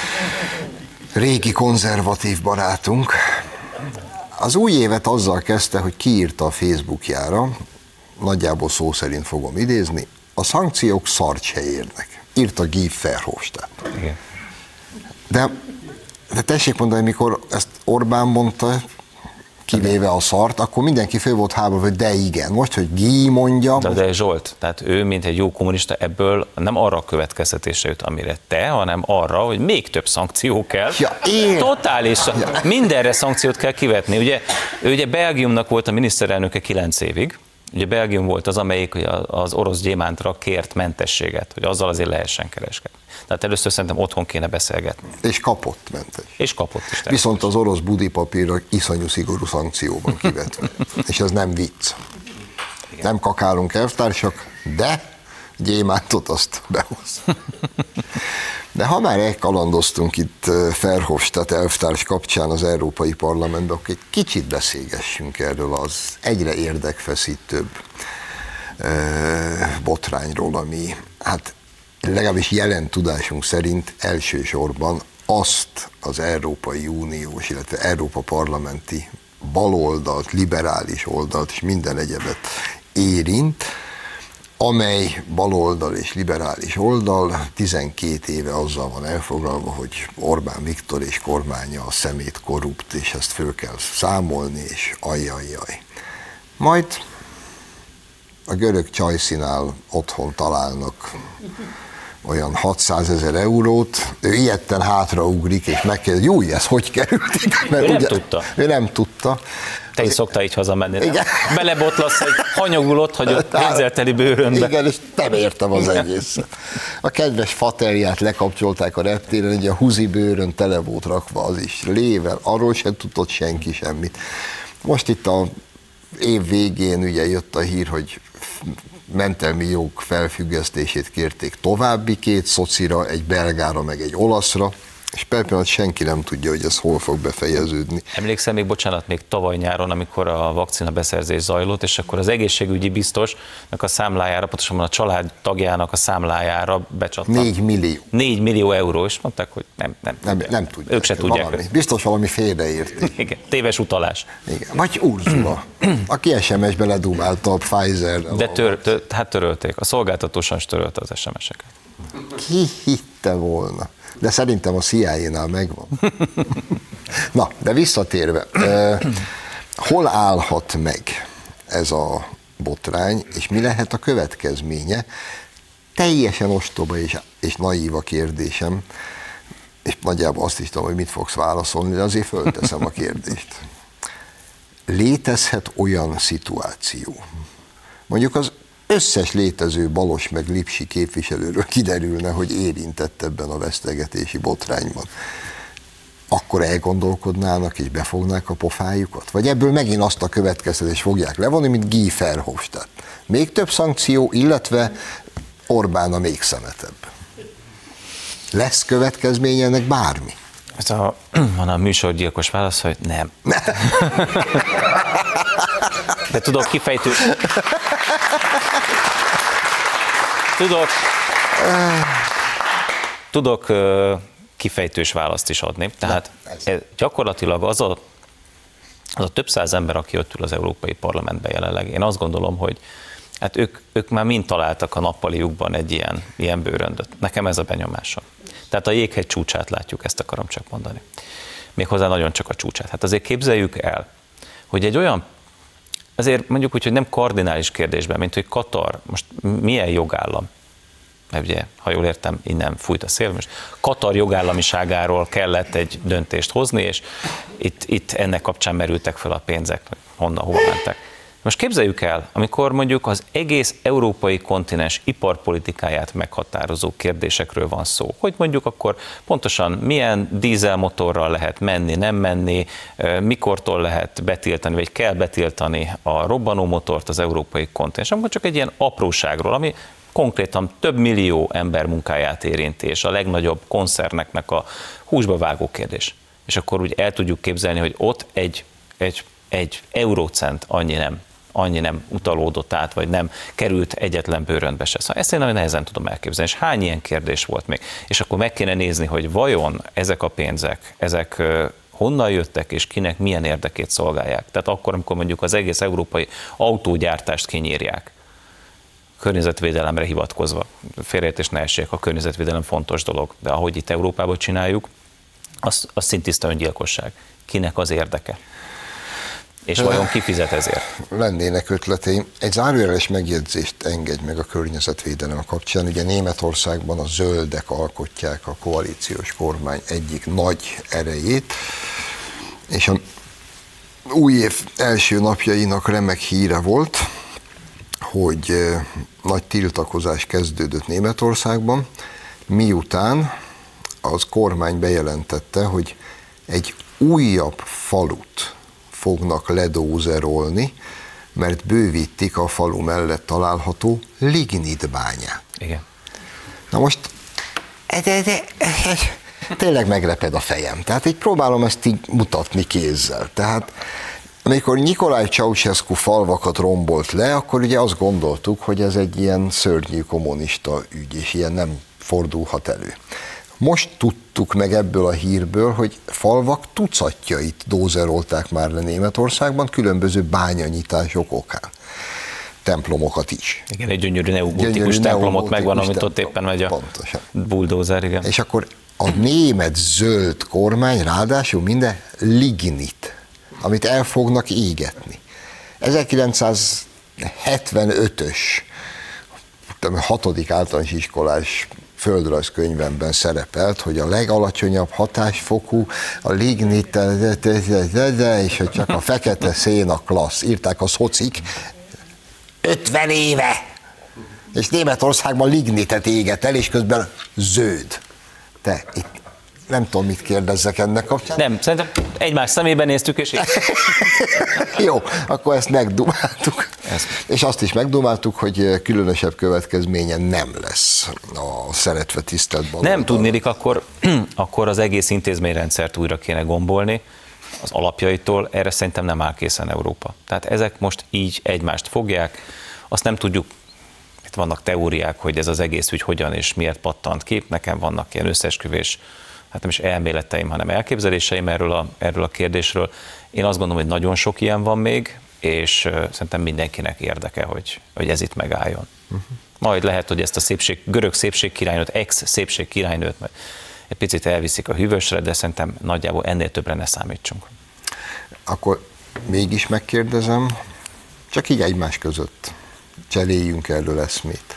Régi konzervatív barátunk. Az új évet azzal kezdte, hogy kiírta a Facebookjára, nagyjából szó szerint fogom idézni, a szankciók szart se érnek. Írta Guy Verhofstadt. Igen. De, de tessék mondani, mikor ezt Orbán mondta, kivéve a szart, akkor mindenki fő volt háború, hogy de igen. Most, hogy Guy mondja... De, de Zsolt, tehát ő, mint egy jó kommunista, ebből nem arra a következtetésre jut, amire te, hanem arra, hogy még több szankció kell. Ja, én... Totális, ja. Mindenre szankciót kell kivetni. Ugye, ugye Belgiumnak volt a miniszterelnöke kilenc évig, ugye Belgium volt az, amelyik az orosz gyémántra kért mentességet, hogy azzal azért lehessen kereskedni. Tehát először szerintem otthon kéne beszélgetni. És kapott mentes. És kapott is. Viszont az orosz budipapírra iszonyú szigorú szankcióban kivetve. És ez nem vicc. Igen. Nem kakálunk elvtársak, de gyémántot azt behoz. De ha már elkalandoztunk itt Verhofstadt elvtárs kapcsán az Európai Parlamentben, akkor egy kicsit beszélgessünk erről az egyre érdekfeszítőbb botrányról, ami hát legalábbis jelen tudásunk szerint elsősorban azt az Európai Uniós, illetve Európa parlamenti baloldalt, liberális oldalt és minden egyebet érint, amely baloldal és liberális oldal tizenkét éve azzal van elfoglalva, hogy Orbán Viktor és kormánya a szemét korrupt, és ezt föl kell számolni, és ajjajjaj. Majd a görög Csajszinál otthon találnak olyan hatszázezer eurót, ő ilyetten hátraugrik, és megkérdezi, jó, ez hogy került? Mert ő ugye, nem tudta. Ő nem tudta. Te is szoktál így hazamenni, nem? Belebotlasz egy hanyagul ott hagyott pénzzelteli bőrönbe. Igen, és nem értem az egészet. A kedves faterját lekapcsolták a reptéren, ugye a huzi bőrön tele volt rakva az is lével, arról sem tudott senki semmit. Most itt a év végén ugye jött a hír, hogy mentelmi jog felfüggesztését kérték további két szocira, egy belgára meg egy olaszra. És per pillanat senki nem tudja, hogy ez hol fog befejeződni. Emlékszem még, bocsánat, még tavaly nyáron, amikor a vakcina beszerzés zajlott, és akkor az egészségügyi biztosnak a számlájára, pontosabban a család tagjának a számlájára becsattant. négy millió. négy millió euró, és mondták, hogy nem, nem, nem, tudják. nem tudják. Ők se tudják. Valami. Biztos valami félreérték. Igen, téves utalás. Igen. Vagy Ursula, aki es em es-be ledumálta a Pfizer. De tör, tör, hát törölték. A szolgáltató sajnos törölte az es em es-eket. Ki hitte volna? De szerintem a C I A-nál megvan. Na, de visszatérve, eh, hol állhat meg ez a botrány, és mi lehet a következménye? Teljesen ostoba és, és naív a kérdésem, és nagyjából azt is tudom, hogy mit fogsz válaszolni, de azért fölteszem a kérdést. Létezhet olyan szituáció, mondjuk az összes létező Balos meg Lipsi képviselőről kiderülne, hogy érintett ebben a vesztegetési botrányban, akkor elgondolkodnának és befognák a pofájukat? Vagy ebből megint azt a következtetést fogják levonni, mint Guy Verhofstadt. Még több szankció, illetve Orbán a még szemetebb. Lesz következménye ennek bármi? Ez a, van a műsorgyilkos válasz, hogy nem. nem. De tudok kifejtő... Tudok... Tudok kifejtős választ is adni. Tehát ez gyakorlatilag az a, az a több száz ember, aki ott ül az Európai Parlamentben jelenleg, én azt gondolom, hogy hát ők, ők már mind találtak a nappaliukban egy ilyen, ilyen bőröndöt. Nekem ez a benyomásom. Tehát a jéghegy csúcsát látjuk, ezt akarom csak mondani. Méghozzá nagyon csak a csúcsát. Hát azért képzeljük el, hogy egy olyan, azért mondjuk úgy, hogy nem kardinális kérdésben, mint hogy Katar, most milyen jogállam, mert ugye, ha jól értem, innen fújt a szél, most Katar jogállamiságáról kellett egy döntést hozni, és itt, itt ennek kapcsán merültek fel a pénzek, honnan, hova mentek. Most képzeljük el, amikor mondjuk az egész európai kontinens iparpolitikáját meghatározó kérdésekről van szó, hogy mondjuk akkor pontosan milyen dízelmotorral lehet menni, nem menni, mikortól lehet betiltani, vagy kell betiltani a robbanómotort az európai kontinens, amikor csak egy ilyen apróságról, ami konkrétan több millió ember munkáját érinti, és a legnagyobb koncerneknek a húsba vágó kérdés. És akkor úgy el tudjuk képzelni, hogy ott egy, egy, egy eurócent annyi nem, annyi nem utalódott át, vagy nem került egyetlen bőröntbe se. Szóval ezt én nagyon nehezen tudom elképzelni, és hány ilyen kérdés volt még. És akkor meg kéne nézni, hogy vajon ezek a pénzek, ezek honnan jöttek, és kinek milyen érdekét szolgálják. Tehát akkor, amikor mondjuk az egész európai autógyártást kinyírják, környezetvédelemre hivatkozva, félreértés ne essék, a környezetvédelem fontos dolog, de ahogy itt Európában csináljuk, az, az szintiszta öngyilkosság. Kinek az érdeke? És vajon ki fizet ezért? Lennének ötleteim. Egy zárójeles megjegyzést engedj meg a környezetvédelem kapcsán. Ugye Németországban a zöldek alkotják a koalíciós kormány egyik nagy erejét, és a új év első napjainak remek híre volt, hogy nagy tiltakozás kezdődött Németországban, miután az kormány bejelentette, hogy egy újabb falut fognak ledózerolni, mert bővítik a falu mellett található lignitbányát. Igen. Na most, de, de, de, tényleg megleped a fejem. Tehát így próbálom ezt így mutatni kézzel. Tehát amikor Nikolaj Ceausescu falvakat rombolt le, akkor ugye azt gondoltuk, hogy ez egy ilyen szörnyű kommunista ügy, és ilyen nem fordulhat elő. Most tudtuk meg ebből a hírből, hogy falvak tucatjait dózerolták már le Németországban, különböző bányanyítások okán. Templomokat is. Igen, egy gyönyörű neogótikus templomot megvan, amit ott éppen megy a pontosan. Bulldozer, igen. És akkor a német zöld kormány ráadásul minden lignit, amit el fognak égetni. ezerkilencszázhetvenötös hatodik általános iskolás földrajzkönyvemben szerepelt, hogy a legalacsonyabb hatásfokú a lignit, és hogy csak a fekete szén a klassz. Írták a szocik ötven éve, és Németországban lignitet éget el, és közben zöld. Te, itt nem tudom, mit kérdezzek ennek kapcsán. Nem, szerintem egymás szemében néztük, és így. Jó, akkor ezt megdumáltuk. Ezt. És azt is megdumáltuk, hogy különösebb következménye nem lesz a szeretve tisztelt baloldal. Nem tudnélik, akkor akkor az egész intézményrendszert újra kéne gombolni, az alapjaitól, erre szerintem nem áll készen Európa. Tehát ezek most így egymást fogják, azt nem tudjuk, itt vannak teóriák, hogy ez az egész ügy hogyan és miért pattant ki, nekem vannak ilyen összeesküvés, hát nem is elméleteim, hanem elképzeléseim erről a, erről a kérdésről. Én azt gondolom, hogy nagyon sok ilyen van még, és uh, szerintem mindenkinek érdeke, hogy, hogy ez itt megálljon. Uh-huh. Majd lehet, hogy ezt a szépség, görög szépségkirálynőt, ex-szépségkirálynőt egy picit elviszik a hűvösre, de szerintem nagyjából ennél többre ne számítsunk. Akkor mégis megkérdezem, csak így egymás között cseréljünk erről eszmét.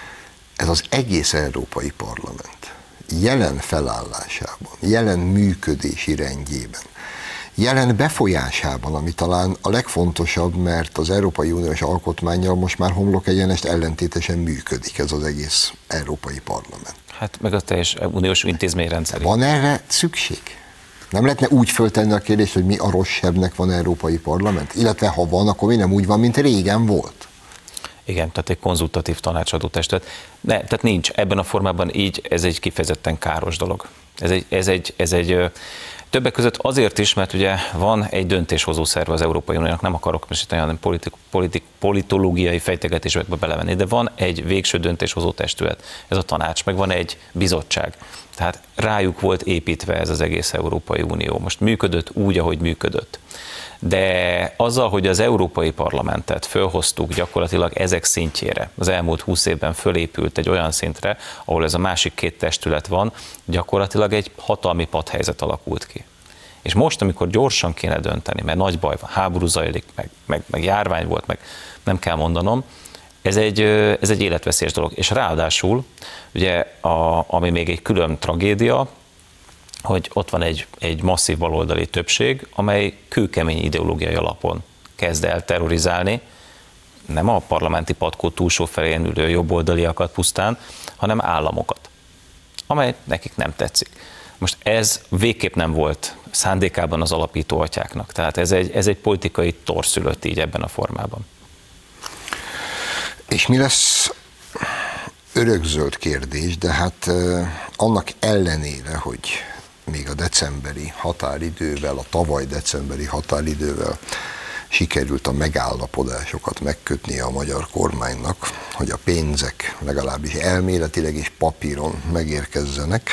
Ez az egész Európai Parlament jelen felállásában, jelen működési rendjében, jelen befolyásában, ami talán a legfontosabb, mert az Európai Uniós alkotmánnyal most már homlok egyenest ellentétesen működik ez az egész Európai Parlament. Hát meg a teljes uniós intézményrendszer. Van erre szükség? Nem lehetne úgy föltenni a kérdést, hogy mi a rosszabbnek van Európai Parlament? Illetve ha van, akkor mi nem úgy van, mint régen volt? Igen, tehát egy konzultatív tanácsadó testület. Ne, tehát nincs ebben a formában így, ez egy kifejezetten káros dolog. Ez egy, ez egy, ez egy többek között azért is, mert ugye van egy döntéshozó szerve az Európai Uniónak, nem akarok most olyan politik, politik, politológiai fejtegetésbe belevenni, de van egy végső döntéshozó testület, ez a tanács, meg van egy bizottság. Tehát rájuk volt építve ez az egész Európai Unió. Most működött úgy, ahogy működött. De azzal, hogy az Európai Parlamentet fölhoztuk gyakorlatilag ezek szintjére, az elmúlt húsz évben fölépült egy olyan szintre, ahol ez a másik két testület van, gyakorlatilag egy hatalmi padhelyzet alakult ki. És most, amikor gyorsan kéne dönteni, mert nagy baj van, háború zajlik, meg, meg, meg járvány volt, meg nem kell mondanom, ez egy, ez egy életveszélyes dolog. És ráadásul, ugye, a, ami még egy külön tragédia, hogy ott van egy, egy masszív baloldali többség, amely kőkemény ideológiai alapon kezd el terrorizálni, nem a parlamenti patkó túlsó felén ülő jobboldaliakat pusztán, hanem államokat, amely nekik nem tetszik. Most ez végképp nem volt szándékában az alapító atyáknak, tehát ez egy, ez egy politikai torszülött így ebben a formában. És mi lesz, örökzöld kérdés, de hát annak ellenére, hogy még a decemberi határidővel, a tavaly decemberi határidővel sikerült a megállapodásokat megkötnie a magyar kormánynak, hogy a pénzek legalábbis elméletileg és papíron megérkezzenek.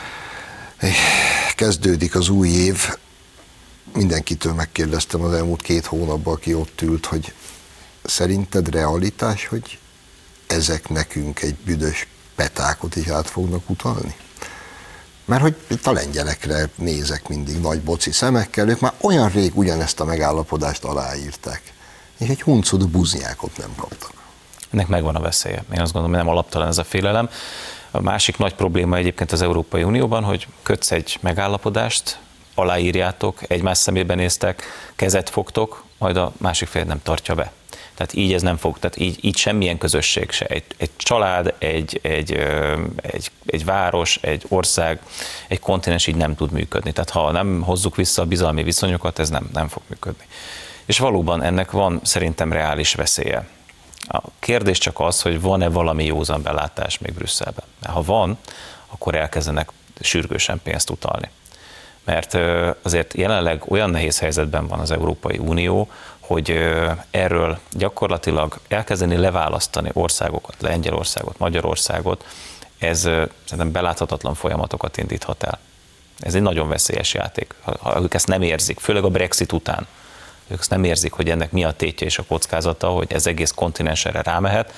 Kezdődik az új év, mindenkitől megkérdeztem az elmúlt két hónapban, aki ott ült, hogy szerinted realitás, hogy ezek nekünk egy büdös petákot is át fognak utalni? Mert hogy itt a lengyelekre nézek mindig nagy boci szemekkel, ők már olyan rég ugyanezt a megállapodást aláírták, és egy huncutú buznyákot nem kaptak. Ennek megvan a veszélye. Én azt gondolom, hogy nem alaptalan ez a félelem. A másik nagy probléma egyébként az Európai Unióban, hogy kötsz egy megállapodást, aláírjátok, egymás szemébe néztek, kezet fogtok, majd a másik fél nem tartja be. Tehát így ez nem fog, tehát így, így semmilyen közösség se. Egy, egy család, egy, egy, egy, egy város, egy ország, egy kontinens így nem tud működni. Tehát ha nem hozzuk vissza a bizalmi viszonyokat, ez nem, nem fog működni. És valóban ennek van szerintem reális veszélye. A kérdés csak az, hogy van-e valami józan belátás még Brüsszelben. Mert ha van, akkor elkezdenek sürgősen pénzt utalni. Mert azért jelenleg olyan nehéz helyzetben van az Európai Unió, hogy erről gyakorlatilag elkezdeni leválasztani országokat, Lengyelországot, Magyarországot, ez szerintem beláthatatlan folyamatokat indíthat el. Ez egy nagyon veszélyes játék. Ha ők ezt nem érzik, főleg a Brexit után, ők ezt nem érzik, hogy ennek mi a tétje és a kockázata, hogy ez egész kontinens erre rámehet,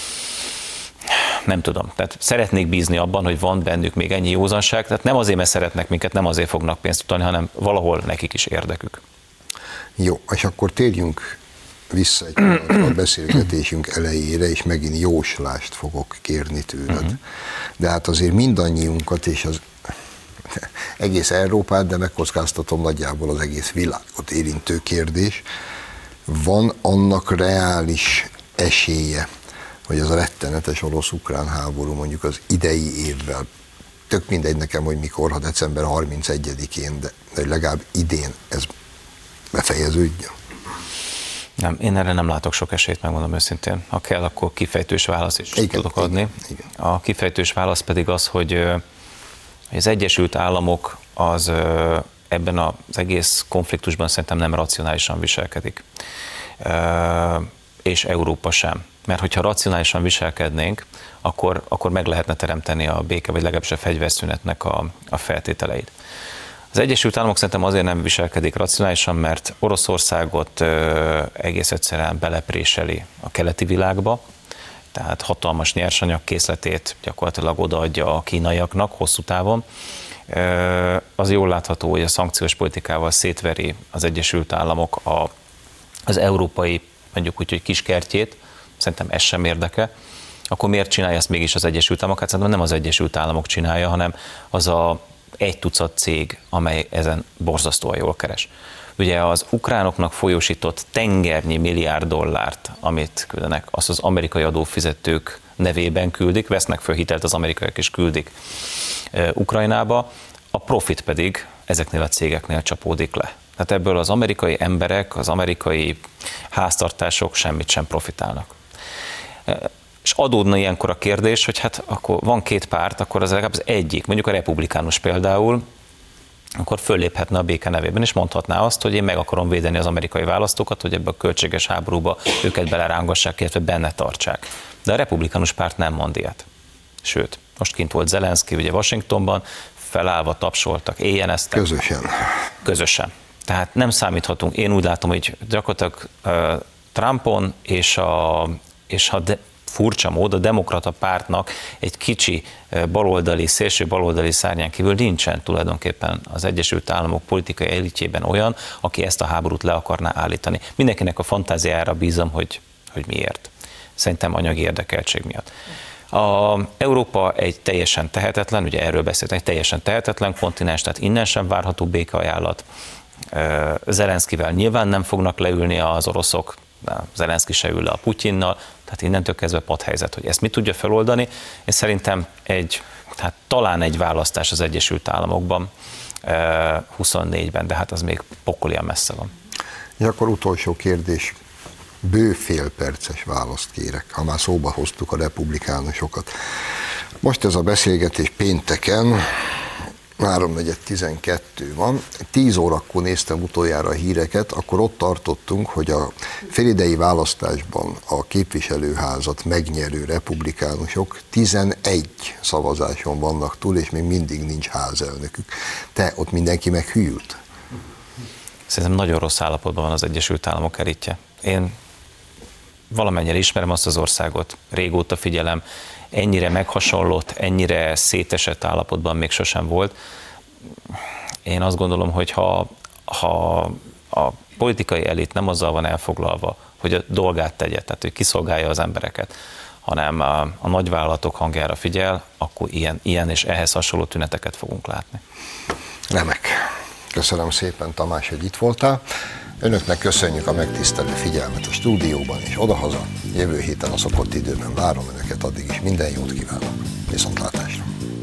nem tudom. Tehát szeretnék bízni abban, hogy van bennük még ennyi józanság, tehát nem azért, mert szeretnek minket, nem azért fognak pénzt utalni, hanem valahol nekik is érdekük. Jó, és akkor térjünk vissza egy pillanatra a beszélgetésünk elejére, és megint jóslást fogok kérni tőled. Uh-huh. De hát azért mindannyiunkat és az egész Európát, de megkockáztatom nagyjából az egész világot érintő kérdés. Van annak reális esélye, hogy az a rettenetes orosz-ukrán háború mondjuk az idei évvel, tök mindegy nekem, hogy mikor, ha december harmincegyedikén, de, de legalább idén ez befejeződjön? Nem, én erre nem látok sok esélyt, megmondom őszintén. Ha kell, akkor kifejtős válasz is igen, tudok adni. Igen, igen. A kifejtős válasz pedig az, hogy Az Egyesült Államok az ebben az egész konfliktusban szerintem nem racionálisan viselkedik. És Európa sem. Mert hogyha racionálisan viselkednénk, akkor, akkor meg lehetne teremteni a béke, vagy legalábbis a fegyverszünetnek a, a feltételeit. Az Egyesült Államok szerintem azért nem viselkedik racionálisan, mert Oroszországot ö, egész egyszerűen belepréseli a keleti világba, tehát hatalmas nyersanyag készletét gyakorlatilag odaadja a kínaiaknak hosszú távon. Ö, az jól látható, hogy a szankciós politikával szétveri az Egyesült Államok a, az európai, mondjuk úgy, hogy kiskertjét, szerintem ez sem érdeke. Akkor miért csinálja ezt mégis az Egyesült Államok? Hát szerintem nem az Egyesült Államok csinálja, hanem az a egy tucat cég, amely ezen borzasztóan jól keres. Ugye az ukránoknak folyósított tengernyi milliárd dollárt, amit küldenek, azt az amerikai adófizetők nevében küldik, vesznek föl hitelt az amerikaiak és küldik e, Ukrajnába, a profit pedig ezeknél a cégeknél csapódik le. Tehát ebből az amerikai emberek, az amerikai háztartások semmit sem profitálnak. E, És adódna ilyenkor a kérdés, hogy hát akkor van két párt, akkor az legalább az egyik, mondjuk a republikánus például, akkor fölléphetne a béke nevében, és mondhatná azt, hogy én meg akarom védeni az amerikai választókat, hogy ebbe a költséges háborúba őket belerángassák, illetve benne tartsák. De a republikánus párt nem mond ilyet. Sőt, most kint volt Zelenszky, ugye Washingtonban, felállva tapsoltak, éjjeneztek. Közösen. Közösen. Tehát nem számíthatunk. Én úgy látom, hogy gyakorlatilag uh, Trumpon és a, és a de, furcsa mód a demokrata pártnak egy kicsi baloldali, szélső baloldali szárnyán kívül nincsen tulajdonképpen az Egyesült Államok politikai elitjében olyan, aki ezt a háborút le akarná állítani. Mindenkinek a fantáziára bízom, hogy, hogy miért. Szerintem anyagi érdekeltség miatt. A Európa egy teljesen tehetetlen, ugye erről beszéltem, egy teljesen tehetetlen kontinens, tehát innen sem várható békeajánlat. Zelenszkivel nyilván nem fognak leülni az oroszok, Zelenszky se ül le a Putyinnal, tehát innentől kezdve padhelyzet, hogy ezt mit tudja feloldani. Én szerintem egy, hát talán egy választás az Egyesült Államokban huszonnégyben, de hát az még pokolian messze van. És akkor utolsó kérdés, bő fél perces választ kérek, ha már szóba hoztuk a republikánusokat. Most ez a beszélgetés pénteken, háromnegyed tizenkettő van, tíz órakor néztem utoljára a híreket, akkor ott tartottunk, hogy a félidei választásban a képviselőházat megnyerő republikánusok tizenegy szavazáson vannak túl, és még mindig nincs házelnökük. Te, ott mindenki meghűlt? Szerintem nagyon rossz állapotban van az Egyesült Államok elitje. Én valamennyire ismerem azt az országot, régóta figyelem, ennyire meghasonlott, ennyire szétesett állapotban még sosem volt. Én azt gondolom, hogy ha, ha a politikai elit nem azzal van elfoglalva, hogy a dolgát tegye, tehát hogy kiszolgálja az embereket, hanem a, a nagyvállalatok hangjára figyel, akkor ilyen, ilyen és ehhez hasonló tüneteket fogunk látni. Remek. Köszönöm szépen, Tamás, hogy itt voltál. Önöknek köszönjük a megtisztelő figyelmet a stúdióban és odahaza. Jövő héten a szokott időben várom Önöket, addig is minden jót kívánok. Viszontlátásra!